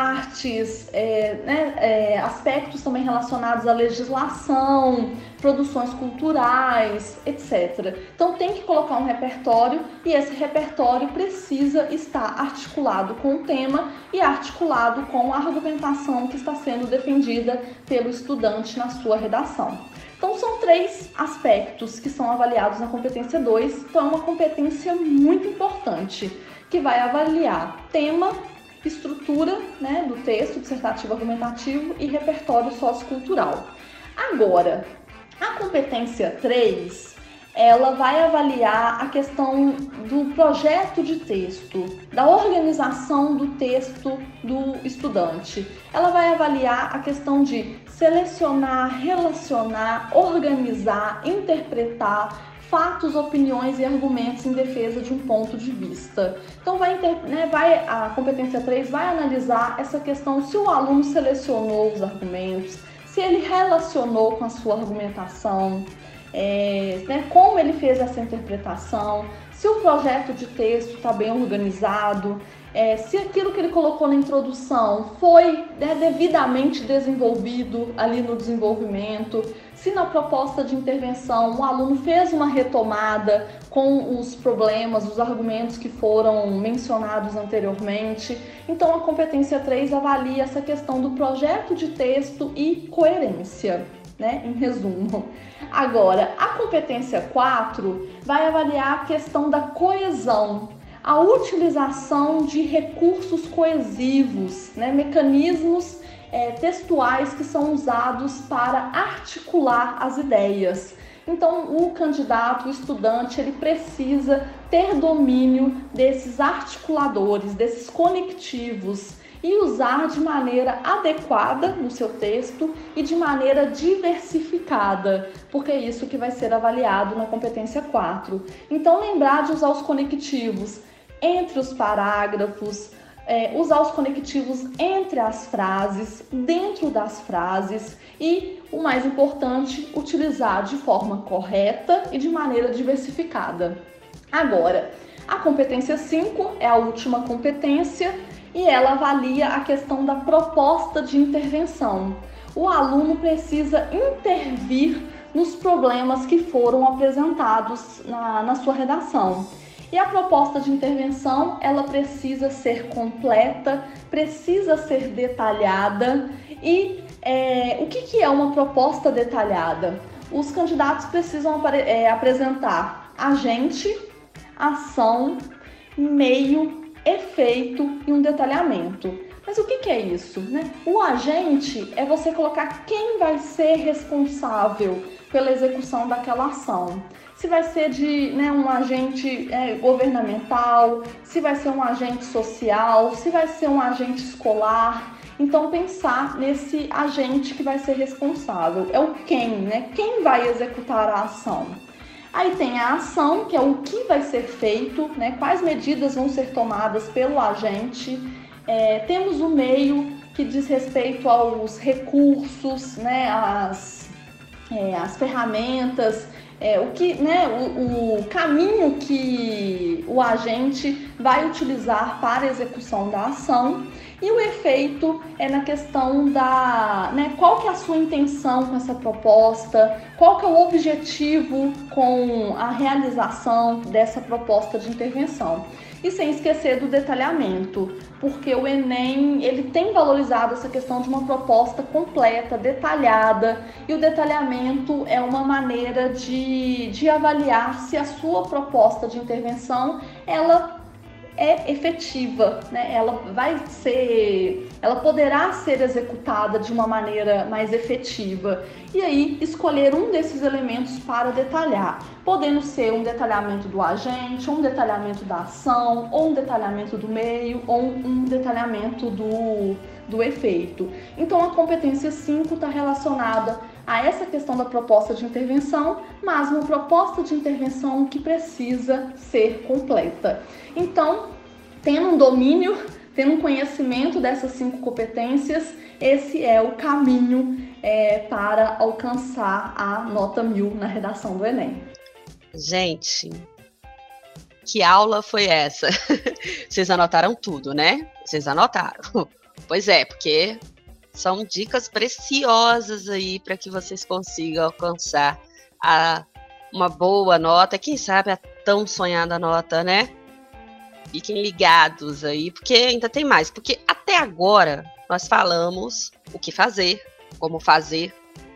artes, é, né, é, aspectos também relacionados à legislação, produções culturais, etcétera. Então tem que colocar um repertório e esse repertório precisa estar articulado com o tema e articulado com a argumentação que está sendo defendida pelo estudante na sua redação. Então são três aspectos que são avaliados na competência dois, então é uma competência muito importante, que vai avaliar tema, estrutura, né, do texto dissertativo argumentativo e repertório sociocultural. Agora, a competência três, ela vai avaliar a questão do projeto de texto, da organização do texto do estudante. Ela vai avaliar a questão de selecionar, relacionar, organizar, interpretar, fatos, opiniões e argumentos em defesa de um ponto de vista. Então, vai, né, vai, a competência três vai analisar essa questão se o aluno selecionou os argumentos, se ele relacionou com a sua argumentação, é, né, como ele fez essa interpretação, se o projeto de texto está bem organizado, é, se aquilo que ele colocou na introdução foi, né, devidamente desenvolvido ali no desenvolvimento, se na proposta de intervenção o aluno fez uma retomada com os problemas, os argumentos que foram mencionados anteriormente. Então, a competência três avalia essa questão do projeto de texto e coerência, né, em resumo. Agora, a competência quatro vai avaliar a questão da coesão, a utilização de recursos coesivos, né, mecanismos é, textuais que são usados para articular as ideias. Então, o candidato, o estudante, ele precisa ter domínio desses articuladores, desses conectivos, e usar de maneira adequada no seu texto e de maneira diversificada, porque é isso que vai ser avaliado na competência quatro. Então, lembrar de usar os conectivos entre os parágrafos, é, usar os conectivos entre as frases, dentro das frases e, o mais importante, utilizar de forma correta e de maneira diversificada. Agora, a competência cinco é a última competência e ela avalia a questão da proposta de intervenção. O aluno precisa intervir nos problemas que foram apresentados na, na sua redação. E a proposta de intervenção, ela precisa ser completa, precisa ser detalhada. E é, o que, que é uma proposta detalhada? Os candidatos precisam é, apresentar agente, ação, meio, efeito e um detalhamento. Mas o que, que é isso, né? O agente é você colocar quem vai ser responsável pela execução daquela ação. Se vai ser de, né, um agente é, governamental, se vai ser um agente social, se vai ser um agente escolar. Então, pensar nesse agente que vai ser responsável. É o quem, né? Quem vai executar a ação. Aí tem a ação, que é o que vai ser feito, né? Quais medidas vão ser tomadas pelo agente. É, temos o meio, que diz respeito aos recursos, né? As, é, as ferramentas, é, o, que, né? O, o caminho que o agente vai utilizar para a execução da ação. E o efeito é na questão da, né, qual que é a sua intenção com essa proposta, qual que é o objetivo com a realização dessa proposta de intervenção. E sem esquecer do detalhamento, porque o Enem ele tem valorizado essa questão de uma proposta completa, detalhada, e o detalhamento é uma maneira de, de avaliar se a sua proposta de intervenção ela é efetiva, né? Ela vai ser, ela poderá ser executada de uma maneira mais efetiva. E aí, escolher um desses elementos para detalhar, podendo ser um detalhamento do agente, um detalhamento da ação, ou um detalhamento do meio, ou um detalhamento do, do efeito. Então, a competência cinco está relacionada a essa questão da proposta de intervenção, mas uma proposta de intervenção que precisa ser completa. Então, tendo um domínio, tendo um conhecimento dessas cinco competências, esse é o caminho é, para alcançar a nota mil na redação do Enem. Gente, que aula foi essa? Vocês anotaram tudo, né? Vocês anotaram. Pois é, porque são dicas preciosas aí para que vocês consigam alcançar a, uma boa nota, quem sabe a tão sonhada nota, né? Fiquem ligados aí, porque ainda tem mais. Porque até agora nós falamos o que fazer, como fazer.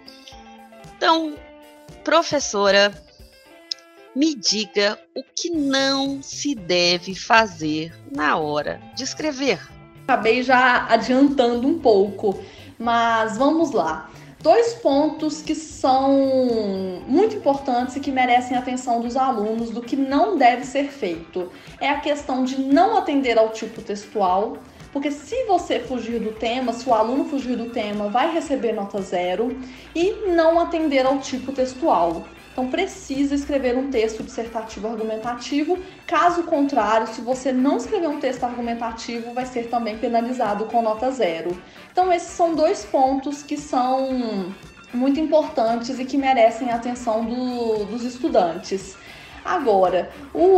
Então, professora, me diga o que não se deve fazer na hora de escrever. Acabei já adiantando um pouco, mas vamos lá. Dois pontos que são muito importantes e que merecem a atenção dos alunos do que não deve ser feito. É a questão de não atender ao tipo textual, porque se você fugir do tema, se o aluno fugir do tema, vai receber nota zero, e não atender ao tipo textual. Então precisa escrever um texto dissertativo argumentativo, caso contrário, se você não escrever um texto argumentativo, vai ser também penalizado com nota zero. Então esses são dois pontos que são muito importantes e que merecem a atenção do, dos estudantes. Agora,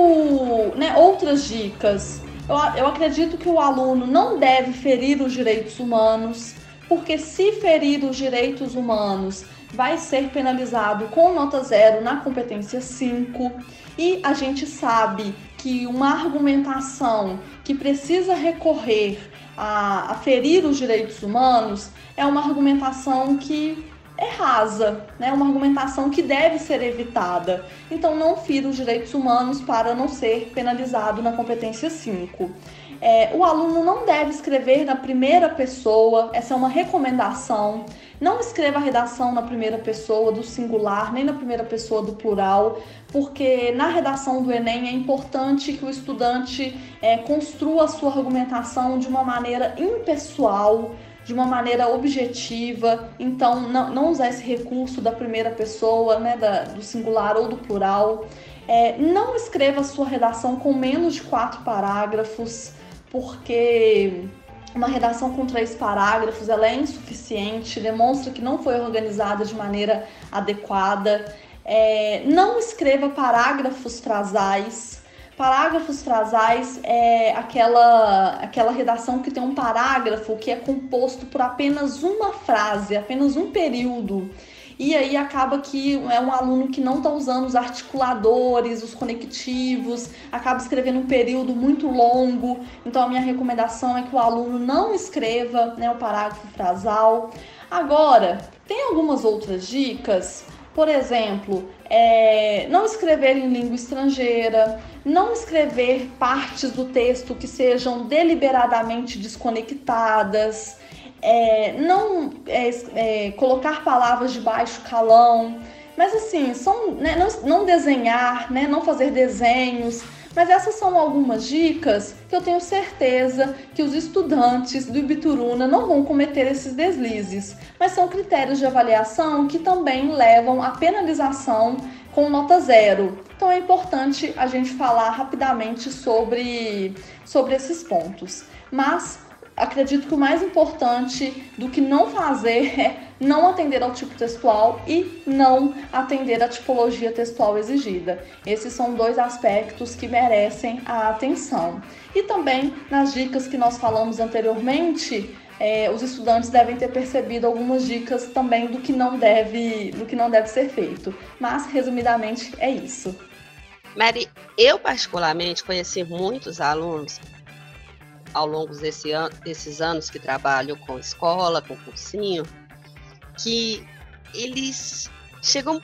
o, né, outras dicas. Eu, eu acredito que o aluno não deve ferir os direitos humanos, porque se ferir os direitos humanos, vai ser penalizado com nota zero na competência cinco. E a gente sabe que uma argumentação que precisa recorrer a, a ferir os direitos humanos é uma argumentação que é rasa, né? Uma argumentação que deve ser evitada. Então, não fira os direitos humanos para não ser penalizado na competência cinco. É, o aluno não deve escrever na primeira pessoa, essa é uma recomendação. Não escreva a redação na primeira pessoa do singular, nem na primeira pessoa do plural, porque na redação do Enem é importante que o estudante é, construa a sua argumentação de uma maneira impessoal, de uma maneira objetiva. Então não, não usar esse recurso da primeira pessoa, né, da, do singular ou do plural. É, não escreva a sua redação com menos de quatro parágrafos, porque uma redação com três parágrafos ela é insuficiente, demonstra que não foi organizada de maneira adequada. É, não escreva parágrafos frasais. Parágrafos frasais é aquela, aquela redação que tem um parágrafo que é composto por apenas uma frase, apenas um período. E aí acaba que é um aluno que não está usando os articuladores, os conectivos, acaba escrevendo um período muito longo. Então a minha recomendação é que o aluno não escreva, né, o parágrafo frasal. Agora, tem algumas outras dicas. Por exemplo, é, não escrever em língua estrangeira, não escrever partes do texto que sejam deliberadamente desconectadas, é, não é, é, colocar palavras de baixo calão, mas assim, são, né, não, não desenhar, né, não fazer desenhos. Mas essas são algumas dicas que eu tenho certeza que os estudantes do Ibituruna não vão cometer esses deslizes, mas são critérios de avaliação que também levam à penalização com nota zero. Então é importante a gente falar rapidamente sobre, sobre esses pontos. Mas acredito que o mais importante do que não fazer é não atender ao tipo textual e não atender à tipologia textual exigida. Esses são dois aspectos que merecem a atenção. E também, nas dicas que nós falamos anteriormente, é, os estudantes devem ter percebido algumas dicas também do que não deve, do que não deve ser feito. Mas, resumidamente, é isso. Mary, eu particularmente conheci muitos alunos ao longo desse an- desses anos que trabalho com escola, com cursinho, que eles chegam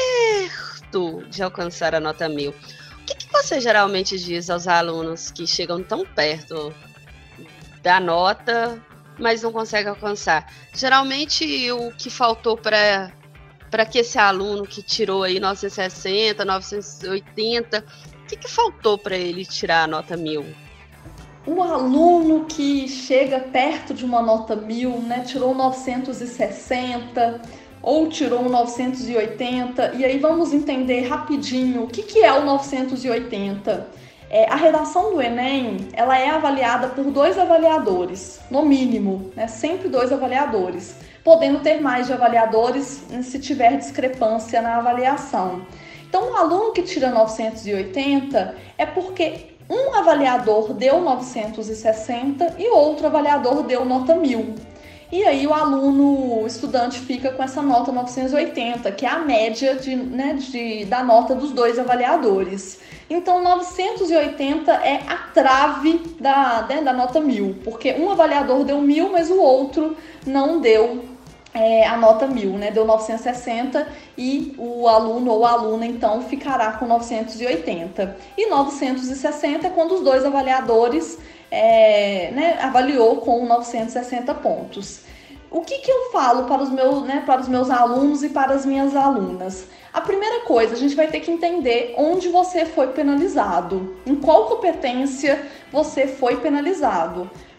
perto de alcançar a nota mil. O que, que você geralmente diz aos alunos que chegam tão perto da nota, mas não conseguem alcançar? Geralmente o que faltou para para que esse aluno que tirou aí novecentos e sessenta, novecentos e oitenta, o que, que faltou para ele tirar a nota mil? O aluno que chega perto de uma nota mil, né, tirou novecentos e sessenta ou tirou novecentos e oitenta, e aí vamos entender rapidinho o que, que é o novecentos e oitenta. É, a redação do Enem, ela é avaliada por dois avaliadores, no mínimo, né, sempre dois avaliadores, podendo ter mais de avaliadores se tiver discrepância na avaliação. Então, o aluno que tira novecentos e oitenta é porque um avaliador deu novecentos e sessenta e outro avaliador deu nota mil. E aí o aluno, o estudante fica com essa nota novecentos e oitenta, que é a média de, né, de, da nota dos dois avaliadores. Então, novecentos e oitenta é a trave da, né, da nota mil, porque um avaliador deu mil, mas o outro não deu É, a nota mil, né? Deu novecentos e sessenta e o aluno ou a aluna, então, ficará com novecentos e oitenta. E novecentos e sessenta é quando os dois avaliadores é, né, avaliou com novecentos e sessenta pontos. O que, que eu falo para os, meus, né, para os meus alunos e para as minhas alunas? A primeira coisa, a gente vai ter que entender onde você foi penalizado, em qual competência você foi penalizado.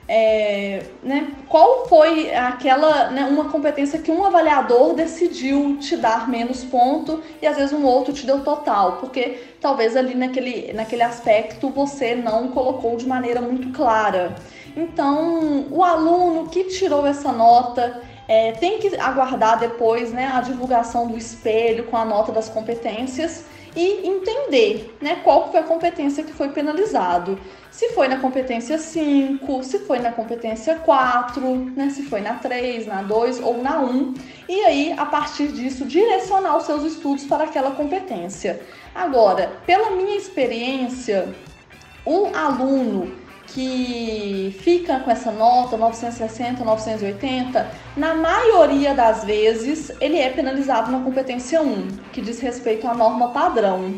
é, né, qual foi aquela, né, uma competência que um avaliador decidiu te dar menos ponto e às vezes um outro te deu total, porque talvez ali naquele, naquele aspecto você não colocou de maneira muito clara. Então, o aluno que tirou essa nota é, tem que aguardar depois, né, a divulgação do espelho com a nota das competências e entender, né, qual foi a competência que foi penalizado. Se foi na competência cinco, se foi na competência quatro, né, se foi na três, na dois ou na um. E aí, a partir disso, direcionar os seus estudos para aquela competência. Agora, pela minha experiência, o aluno que fica com essa nota novecentos e sessenta, novecentos e oitenta, na maioria das vezes ele é penalizado na competência um, que diz respeito à norma padrão.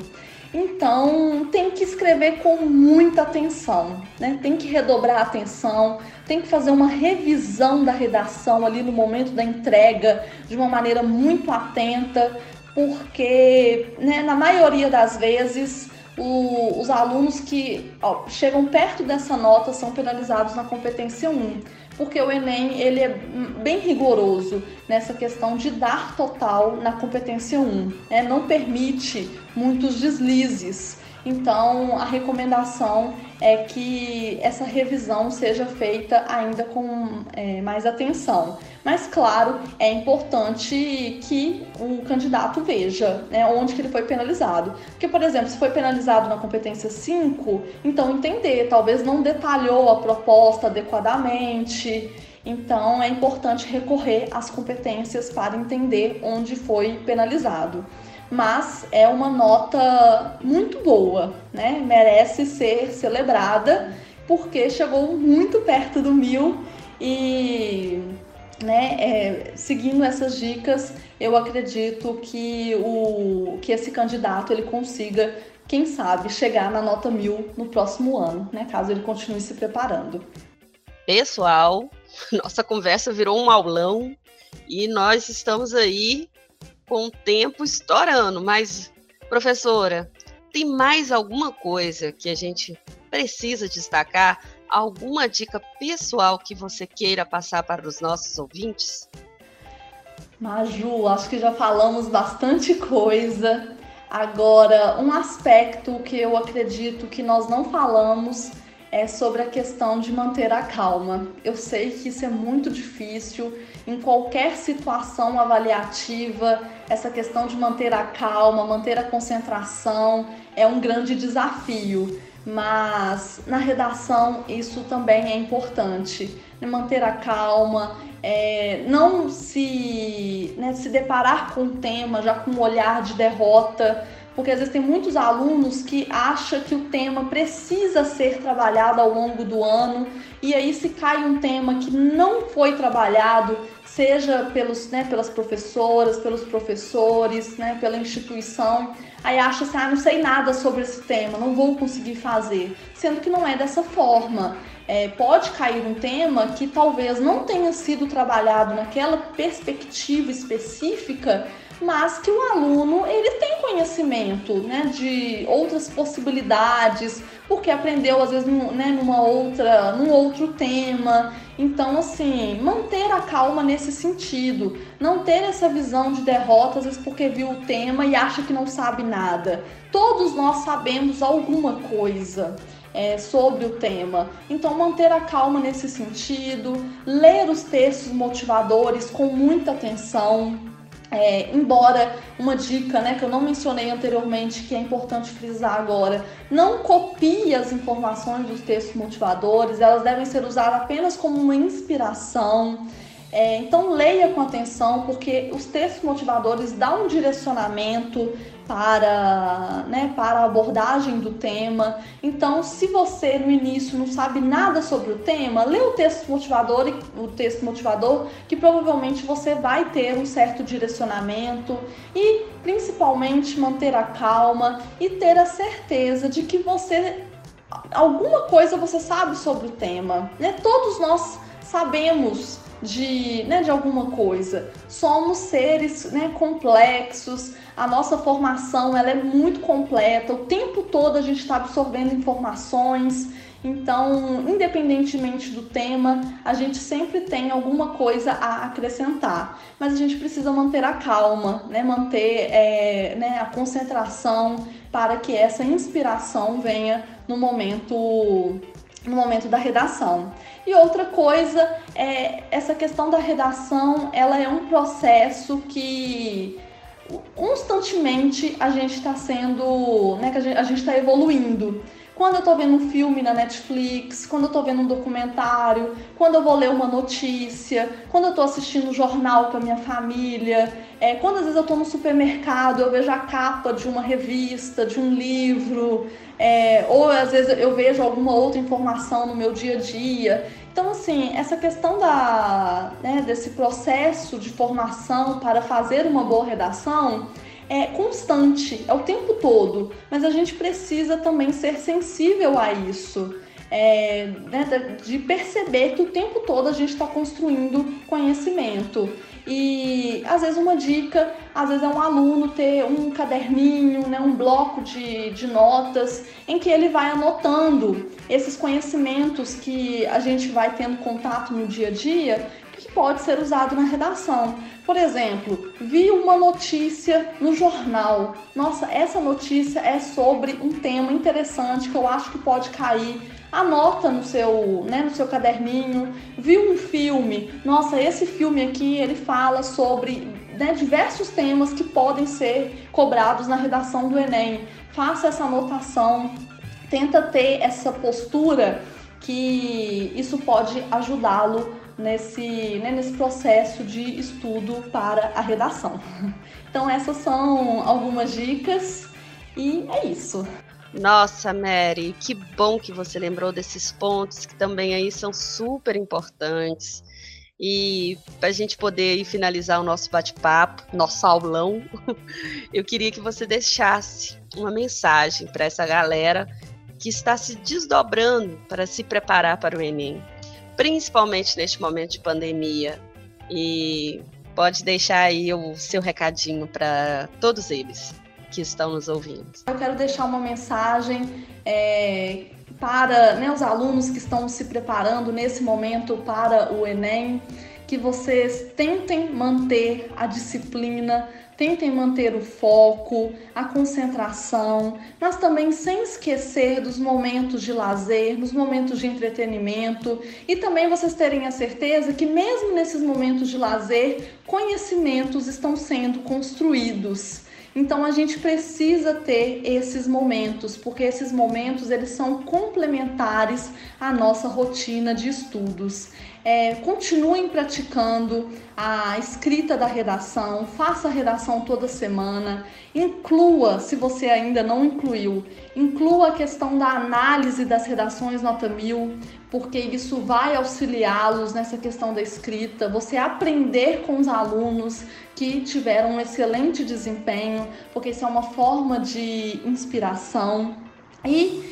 Então tem que escrever com muita atenção, né? Tem que redobrar a atenção, tem que fazer uma revisão da redação ali no momento da entrega de uma maneira muito atenta, porque, né, na maioria das vezes O, os alunos que ó, chegam perto dessa nota são penalizados na competência um, porque o Enem ele é bem rigoroso nessa questão de dar total na competência um, né? Não permite muitos deslizes. Então, a recomendação é que essa revisão seja feita ainda com é, mais atenção. Mas, claro, é importante que o candidato veja, né, onde que ele foi penalizado. Porque, por exemplo, se foi penalizado na competência cinco, então entender, talvez não detalhou a proposta adequadamente. Então, é importante recorrer às competências para entender onde foi penalizado. Mas é uma nota muito boa, né? Merece ser celebrada, porque chegou muito perto do mil e, né, é, seguindo essas dicas, eu acredito que, o, que esse candidato ele consiga, quem sabe, chegar na nota mil no próximo ano, né? Caso ele continue se preparando. Pessoal, nossa conversa virou um aulão e nós estamos aí com o tempo estourando, mas, professora, tem mais alguma coisa que a gente precisa destacar? Alguma dica pessoal que você queira passar para os nossos ouvintes? Maju, acho que já falamos bastante coisa. Agora, um aspecto que eu acredito que nós não falamos é sobre a questão de manter a calma. Eu sei que isso é muito difícil, em qualquer situação avaliativa, essa questão de manter a calma, manter a concentração é um grande desafio, mas na redação isso também é importante, né? Manter a calma, é, não se, né, se deparar com o tema já com um olhar de derrota, porque às vezes tem muitos alunos que acham que o tema precisa ser trabalhado ao longo do ano, e aí se cai um tema que não foi trabalhado, seja pelos, né, pelas professoras, pelos professores, né, pela instituição, aí acha assim, ah, não sei nada sobre esse tema, não vou conseguir fazer, sendo que não é dessa forma. É, pode cair um tema que talvez não tenha sido trabalhado naquela perspectiva específica, mas que o aluno ele tem conhecimento, né, de outras possibilidades, porque aprendeu às vezes num, né, numa outra, num outro tema. Então, assim, manter a calma nesse sentido, não ter essa visão de derrota, às vezes porque viu o tema e acha que não sabe nada. Todos nós sabemos alguma coisa É, sobre o tema. Então, manter a calma nesse sentido, ler os textos motivadores com muita atenção. É, embora uma dica, né, que eu não mencionei anteriormente, que é importante frisar agora, não copie as informações dos textos motivadores, elas devem ser usadas apenas como uma inspiração. É, então leia com atenção, porque os textos motivadores dão um direcionamento para, né, para a abordagem do tema. Então, se você no início não sabe nada sobre o tema, lê o texto motivador, o texto motivador que provavelmente você vai ter um certo direcionamento e principalmente manter a calma e ter a certeza de que você alguma coisa você sabe sobre o tema, né? Todos nós sabemos de, né, de alguma coisa. Somos seres, né, complexos, a nossa formação ela é muito completa, o tempo todo a gente está absorvendo informações, Então, independentemente do tema, a gente sempre tem alguma coisa a acrescentar, mas a gente precisa manter a calma, né? Manter é, né, a concentração para que essa inspiração venha no momento, no momento da redação. E outra coisa é essa questão da redação, ela é um processo que constantemente a gente está sendo, né, que a gente está evoluindo. Quando eu tô vendo um filme na Netflix, quando eu tô vendo um documentário, quando eu vou ler uma notícia, quando eu tô assistindo um jornal com a minha família, é, quando às vezes eu tô no supermercado, eu vejo a capa de uma revista, de um livro, é, ou às vezes eu vejo alguma outra informação no meu dia a dia. Então, assim, essa questão da, né, desse processo de formação para fazer uma boa redação é constante, é o tempo todo, mas a gente precisa também ser sensível a isso, é, né, de perceber que o tempo todo a gente está construindo conhecimento. E às vezes uma dica, às vezes é um aluno ter um caderninho, né, um bloco de, de notas em que ele vai anotando esses conhecimentos que a gente vai tendo contato no dia a dia, que pode ser usado na redação. Por exemplo, vi uma notícia no jornal. Nossa, essa notícia é sobre um tema interessante que eu acho que pode cair. Anota no seu, né, no seu caderninho. Vi um filme. Nossa, esse filme aqui, ele fala sobre, né, diversos temas que podem ser cobrados na redação do Enem. Faça essa anotação. Tenta ter essa postura que isso pode ajudá-lo nesse, né, nesse processo de estudo para a redação. Então essas são algumas dicas e é isso. Nossa, Mary, que bom que você lembrou desses pontos que também aí são super importantes. E para a gente poder ir finalizar o nosso bate-papo, nosso aulão, eu queria que você deixasse uma mensagem para essa galera que está se desdobrando para se preparar para o Enem, principalmente neste momento de pandemia, e pode deixar aí o seu recadinho para todos eles que estão nos ouvindo. Eu quero deixar uma mensagem é, para, né, os alunos que estão se preparando nesse momento para o Enem, que vocês tentem manter a disciplina, tentem manter o foco, a concentração, mas também sem esquecer dos momentos de lazer, dos momentos de entretenimento, e também vocês terem a certeza que mesmo nesses momentos de lazer, conhecimentos estão sendo construídos. Então a gente precisa ter esses momentos, porque esses momentos eles são complementares à nossa rotina de estudos. É, continuem praticando a escrita da redação, faça a redação toda semana, inclua, se você ainda não incluiu, inclua a questão da análise das redações nota mil, porque isso vai auxiliá-los nessa questão da escrita, você aprender com os alunos que tiveram um excelente desempenho, porque isso é uma forma de inspiração, e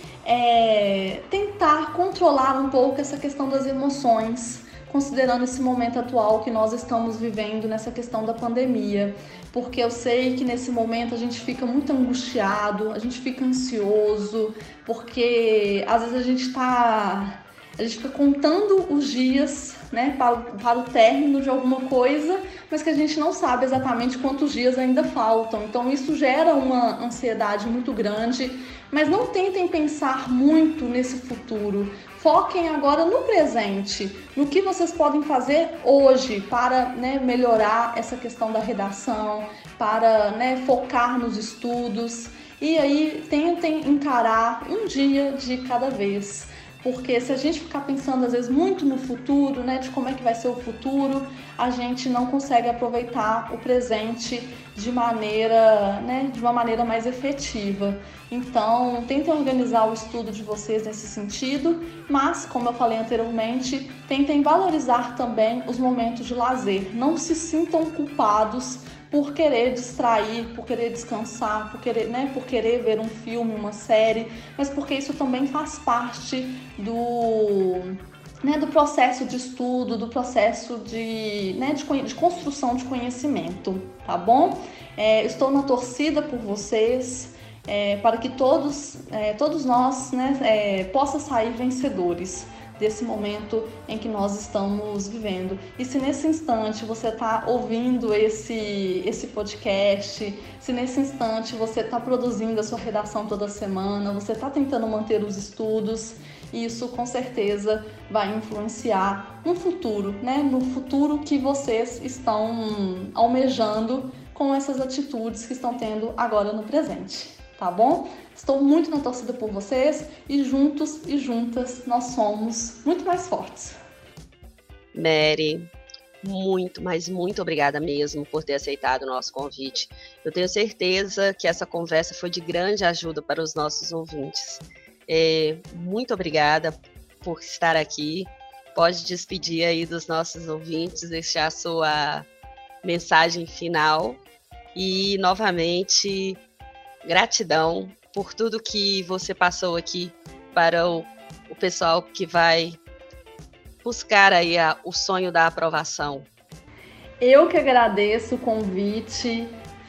É, tentar controlar um pouco essa questão das emoções, considerando esse momento atual que nós estamos vivendo nessa questão da pandemia, porque eu sei que nesse momento a gente fica muito angustiado, a gente fica ansioso, porque às vezes a gente está, a gente fica contando os dias, né, para, para o término de alguma coisa, mas que a gente não sabe exatamente quantos dias ainda faltam. Então isso gera uma ansiedade muito grande, mas não tentem pensar muito nesse futuro. Foquem agora no presente, no que vocês podem fazer hoje para, né, melhorar essa questão da redação, para, né, focar nos estudos. E aí tentem encarar um dia de cada vez. Porque se a gente ficar pensando às vezes muito no futuro, né, de como é que vai ser o futuro, a gente não consegue aproveitar o presente de maneira, né, de uma maneira mais efetiva. Então, tentem organizar o estudo de vocês nesse sentido, mas, como eu falei anteriormente, tentem valorizar também os momentos de lazer. Não se sintam culpados por querer distrair, por querer descansar, por querer, né, por querer ver um filme, uma série, mas porque isso também faz parte do, né, do processo de estudo, do processo de, né, de, de construção de conhecimento, tá bom? É, estou na torcida por vocês. é, para que todos, é, todos nós, né, é, possam sair vencedores desse momento em que nós estamos vivendo. E se nesse instante você está ouvindo esse, esse podcast, se nesse instante você está produzindo a sua redação toda semana, você está tentando manter os estudos, isso com certeza vai influenciar no futuro, né? No futuro que vocês estão almejando com essas atitudes que estão tendo agora no presente, tá bom? Estou muito na torcida por vocês e juntos e juntas nós somos muito mais fortes. Mary, muito, mas muito obrigada mesmo por ter aceitado o nosso convite. Eu tenho certeza que essa conversa foi de grande ajuda para os nossos ouvintes. É, muito obrigada por estar aqui. Pode despedir aí dos nossos ouvintes, deixar a sua mensagem final. E, novamente, gratidão por tudo que você passou aqui para o, o pessoal que vai buscar aí a, o sonho da aprovação. Eu que agradeço o convite,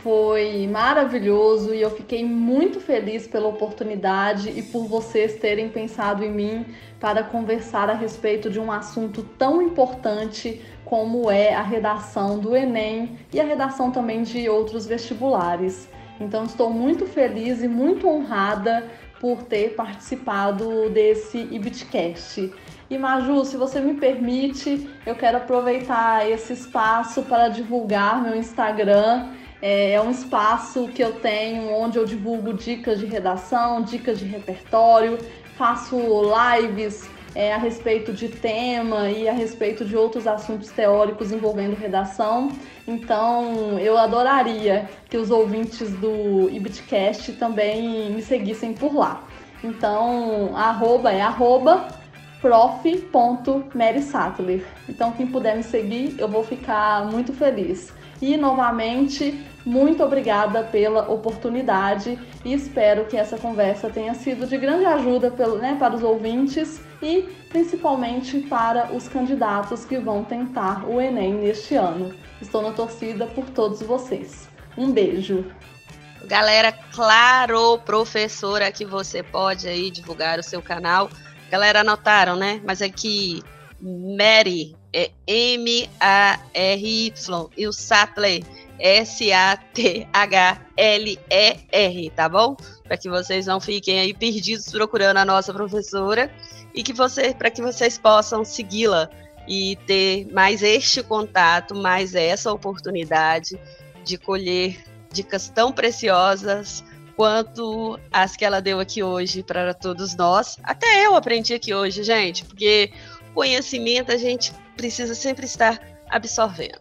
foi maravilhoso e eu fiquei muito feliz pela oportunidade e por vocês terem pensado em mim para conversar a respeito de um assunto tão importante como é a redação do Enem e a redação também de outros vestibulares. Então estou muito feliz e muito honrada por ter participado desse IBITcast. E Maju, se você me permite, eu quero aproveitar esse espaço para divulgar meu Instagram. É um espaço que eu tenho onde eu divulgo dicas de redação, dicas de repertório, faço lives é, a respeito de tema e a respeito de outros assuntos teóricos envolvendo redação. Então, eu adoraria que os ouvintes do IBITcast também me seguissem por lá. Então, arroba é arroba prof ponto mary sattler. Então, quem puder me seguir, eu vou ficar muito feliz. E, novamente, muito obrigada pela oportunidade e espero que essa conversa tenha sido de grande ajuda pelo, né, para os ouvintes e, principalmente, para os candidatos que vão tentar o Enem neste ano. Estou na torcida por todos vocês. Um beijo! Galera, claro, professora, que você pode aí divulgar o seu canal. Galera, anotaram, né? Mas aqui, Mary é M A R Y e o Sattler S A T H L E R, tá bom? Para que vocês não fiquem aí perdidos procurando a nossa professora e que você, para que vocês possam segui-la e ter mais este contato, mais essa oportunidade de colher dicas tão preciosas quanto as que ela deu aqui hoje para todos nós. Até eu aprendi aqui hoje, gente, porque conhecimento a gente precisa sempre estar absorvendo.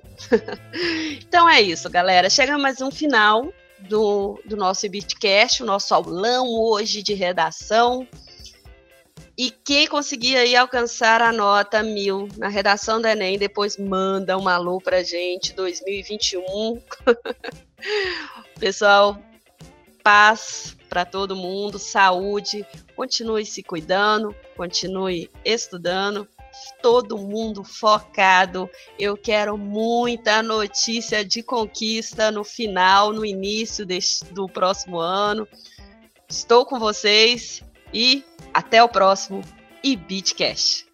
Então é isso, galera. Chega mais um final do, do nosso IBITcast, o nosso aulão hoje de redação. E quem conseguir aí alcançar a nota mil na redação do Enem, depois manda um alô pra gente, dois mil e vinte e um. Pessoal, paz para todo mundo, saúde, continue se cuidando, continue estudando, todo mundo focado. Eu quero muita notícia de conquista no final, no início deste, do próximo ano. Estou com vocês e até o próximo IBITcast.